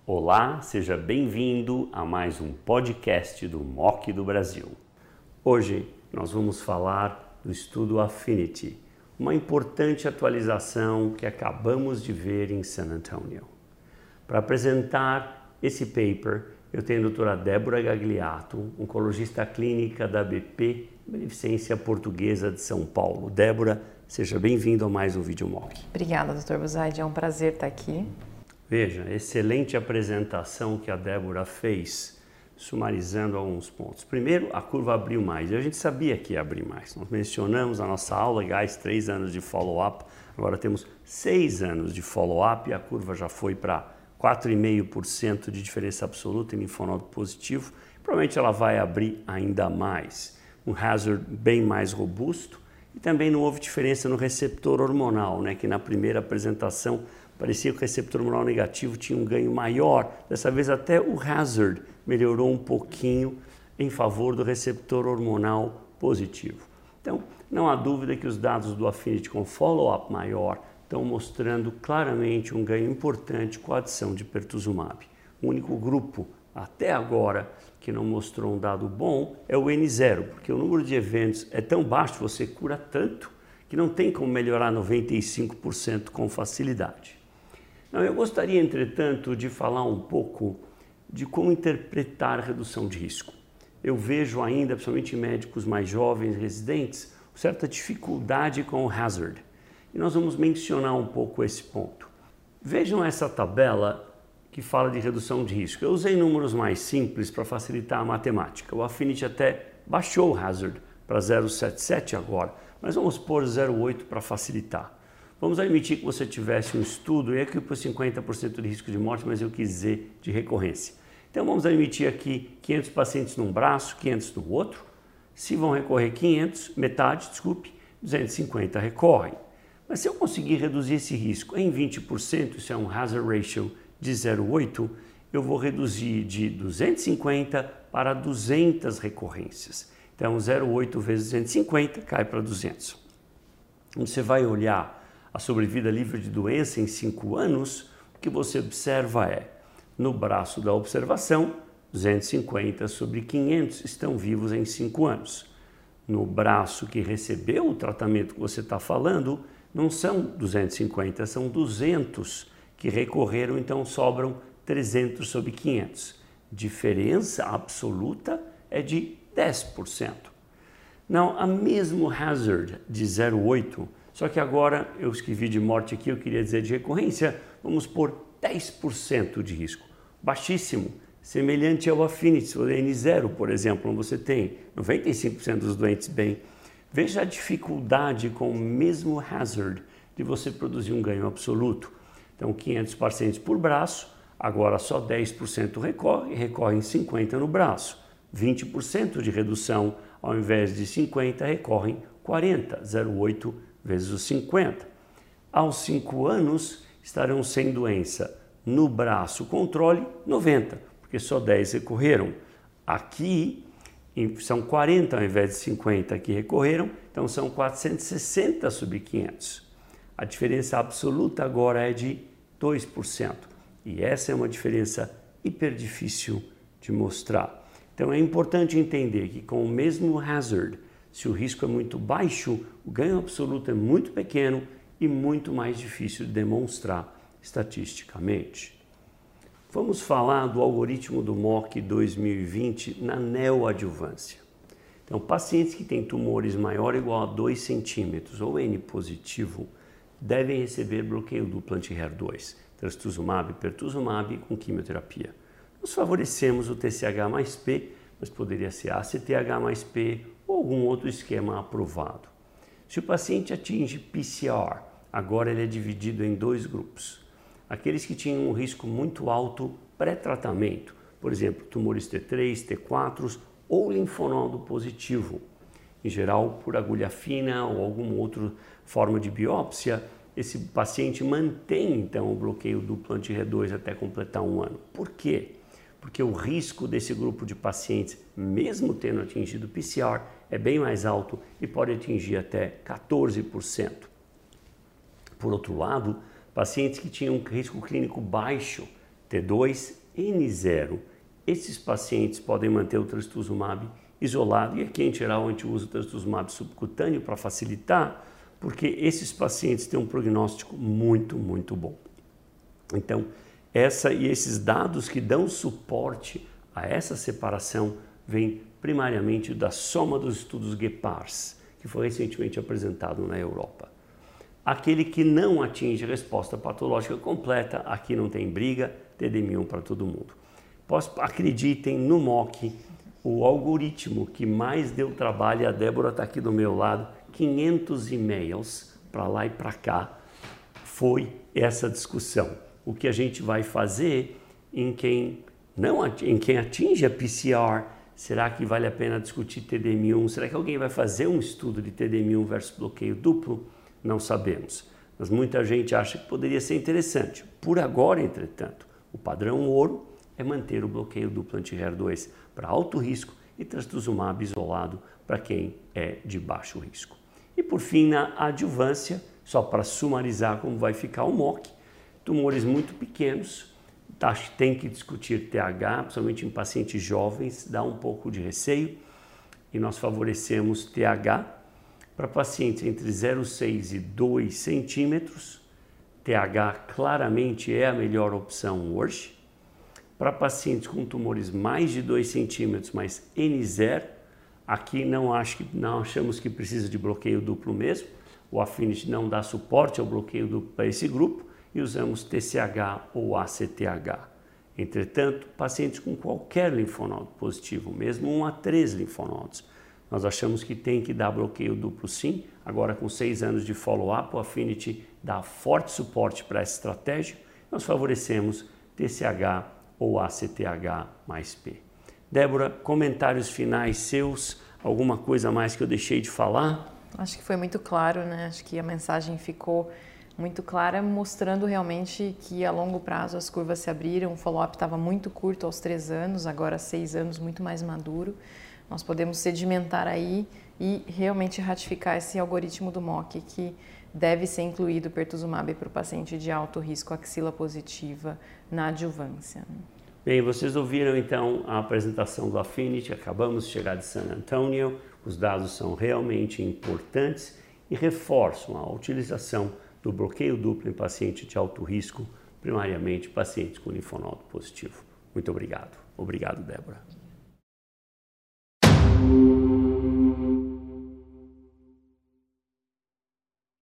Olá, seja bem-vindo a mais um podcast do MOC do Brasil. Hoje nós vamos falar do estudo Affinity, uma importante atualização que acabamos de ver em San Antonio. Para apresentar esse paper, eu tenho a doutora Débora Gagliato, oncologista clínica da BP Beneficência Portuguesa de São Paulo. Débora, seja bem-vindo a mais um vídeo MOC. Obrigada, Dr. Buzaide, é um prazer estar aqui. Veja, excelente apresentação que a Débora fez, sumarizando alguns pontos. Primeiro, a curva abriu mais, e a gente sabia que ia abrir mais. Nós mencionamos na nossa aula, guys, 3 anos de follow-up, agora temos 6 anos de follow-up e a curva já foi para 4,5% de diferença absoluta em linfonodo positivo. Provavelmente ela vai abrir ainda mais. Um hazard bem mais robusto e também não houve diferença no receptor hormonal, né, que na primeira apresentação parecia que o receptor hormonal negativo tinha um ganho maior. Dessa vez até o hazard melhorou um pouquinho em favor do receptor hormonal positivo. Então, não há dúvida que os dados do Affinity com follow-up maior estão mostrando claramente um ganho importante com a adição de pertuzumab. O único grupo até agora que não mostrou um dado bom é o N0, porque o número de eventos é tão baixo, você cura tanto, que não tem como melhorar 95% com facilidade. Não, eu gostaria, entretanto, de falar um pouco de como interpretar a redução de risco. Eu vejo ainda, principalmente em médicos mais jovens, residentes, certa dificuldade com o hazard. E nós vamos mencionar um pouco esse ponto. Vejam essa tabela que fala de redução de risco. Eu usei números mais simples para facilitar a matemática. O Affinity até baixou o hazard para 0,77 agora, mas vamos pôr 0,8 para facilitar. Vamos admitir que você tivesse um estudo, e aqui por 50% de risco de morte, mas eu quis dizer de recorrência. Então vamos admitir aqui 500 pacientes num braço, 500 no outro. Se vão recorrer 500, metade, 250 recorrem. Mas se eu conseguir reduzir esse risco em 20%, isso é um hazard ratio de 0,8, eu vou reduzir de 250 para 200 recorrências. Então 0,8 vezes 250 cai para 200. Você vai olhar a sobrevida livre de doença em 5 anos, o que você observa é, no braço da observação, 250 sobre 500 estão vivos em 5 anos. No braço que recebeu o tratamento que você está falando, não são 250, são 200 que recorreram, então sobram 300 sobre 500. Diferença absoluta é de 10%. Não, a mesmo hazard de 0,8, só que agora eu escrevi de morte aqui, eu queria dizer de recorrência, vamos pôr 10% de risco. Baixíssimo, semelhante ao Affinity, o N0, por exemplo, onde você tem 95% dos doentes bem. Veja a dificuldade com o mesmo hazard de você produzir um ganho absoluto. Então, 500 pacientes por braço, agora só 10% recorrem 50 no braço. 20% de redução, ao invés de 50, recorrem 40, 0,8 vezes os 50. Aos 5 anos, estarão sem doença. No braço controle, 90, porque só 10 recorreram. Aqui, são 40 ao invés de 50 que recorreram, então são 460 sobre 500. A diferença absoluta agora é de 2%. E essa é uma diferença hiper difícil de mostrar. Então é importante entender que com o mesmo hazard, se o risco é muito baixo, o ganho absoluto é muito pequeno e muito mais difícil de demonstrar estatisticamente. Vamos falar do algoritmo do MOC 2020 na neoadjuvância. Então, pacientes que têm tumores maior ou igual a 2 centímetros ou N positivo devem receber bloqueio duplo anti-HER2, trastuzumab e pertuzumab com quimioterapia. Nós favorecemos o TCH mais P, mas poderia ser ACTH mais P ou algum outro esquema aprovado. Se o paciente atinge PCR, agora ele é dividido em 2 grupos. Aqueles que tinham um risco muito alto pré-tratamento, por exemplo, tumores T3, T4 ou linfonodo positivo. Em geral, por agulha fina ou alguma outra forma de biópsia, esse paciente mantém então o bloqueio duplo anti-HER2 até completar 1 ano. Por quê? Porque o risco desse grupo de pacientes, mesmo tendo atingido PCR, é bem mais alto e pode atingir até 14%. Por outro lado, pacientes que tinham um risco clínico baixo T2, N0. Esses pacientes podem manter o trastuzumab isolado, e aqui em geral a gente usa o trastuzumab subcutâneo para facilitar, porque esses pacientes têm um prognóstico muito bom. Então, esses dados que dão suporte a essa separação vêm primariamente da soma dos estudos GEPARS, que foi recentemente apresentado na Europa. Aquele que não atinge resposta patológica completa, aqui não tem briga, TDM1 para todo mundo. Acreditem no MOC, o algoritmo que mais deu trabalho, a Débora está aqui do meu lado, 500 e-mails para lá e para cá, foi essa discussão. O que a gente vai fazer em quem atinge a PCR, será que vale a pena discutir TDM1? Será que alguém vai fazer um estudo de TDM1 versus bloqueio duplo? Não sabemos, mas muita gente acha que poderia ser interessante. Por agora, entretanto, o padrão ouro é manter o bloqueio duplo anti-HER2 para alto risco e trastuzumab isolado para quem é de baixo risco. E por fim, na adjuvância, só para sumarizar como vai ficar o MOC, tumores muito pequenos, tem que discutir TH, principalmente em pacientes jovens, dá um pouco de receio, e nós favorecemos TH para pacientes entre 0,6 e 2 centímetros. TH claramente é a melhor opção hoje. Para pacientes com tumores mais de 2 centímetros, mas N0, aqui não achamos que precisa de bloqueio duplo mesmo. O Affinity não dá suporte ao bloqueio duplo para esse grupo e usamos TCH ou ACTH. Entretanto, pacientes com qualquer linfonodo positivo, mesmo 1 a 3 linfonodos, nós achamos que tem que dar bloqueio duplo sim. Agora, com 6 anos de follow-up, o Affinity dá forte suporte para essa estratégia. Nós favorecemos TCH ou ACTH mais P. Débora, comentários finais seus? Alguma coisa mais que eu deixei de falar? Acho que foi muito claro, né? Acho que a mensagem ficou muito clara, mostrando realmente que a longo prazo as curvas se abriram, o follow-up estava muito curto aos 3 anos, agora 6 anos muito mais maduro. Nós podemos sedimentar aí e realmente ratificar esse algoritmo do MOC que deve ser incluído o pertuzumab para o paciente de alto risco axila positiva na adjuvância. Bem, vocês ouviram então a apresentação do Affinity, acabamos de chegar de San Antonio, os dados são realmente importantes e reforçam a utilização do bloqueio duplo em paciente de alto risco, primariamente pacientes com linfonodo positivo. Muito obrigado. Obrigado, Débora.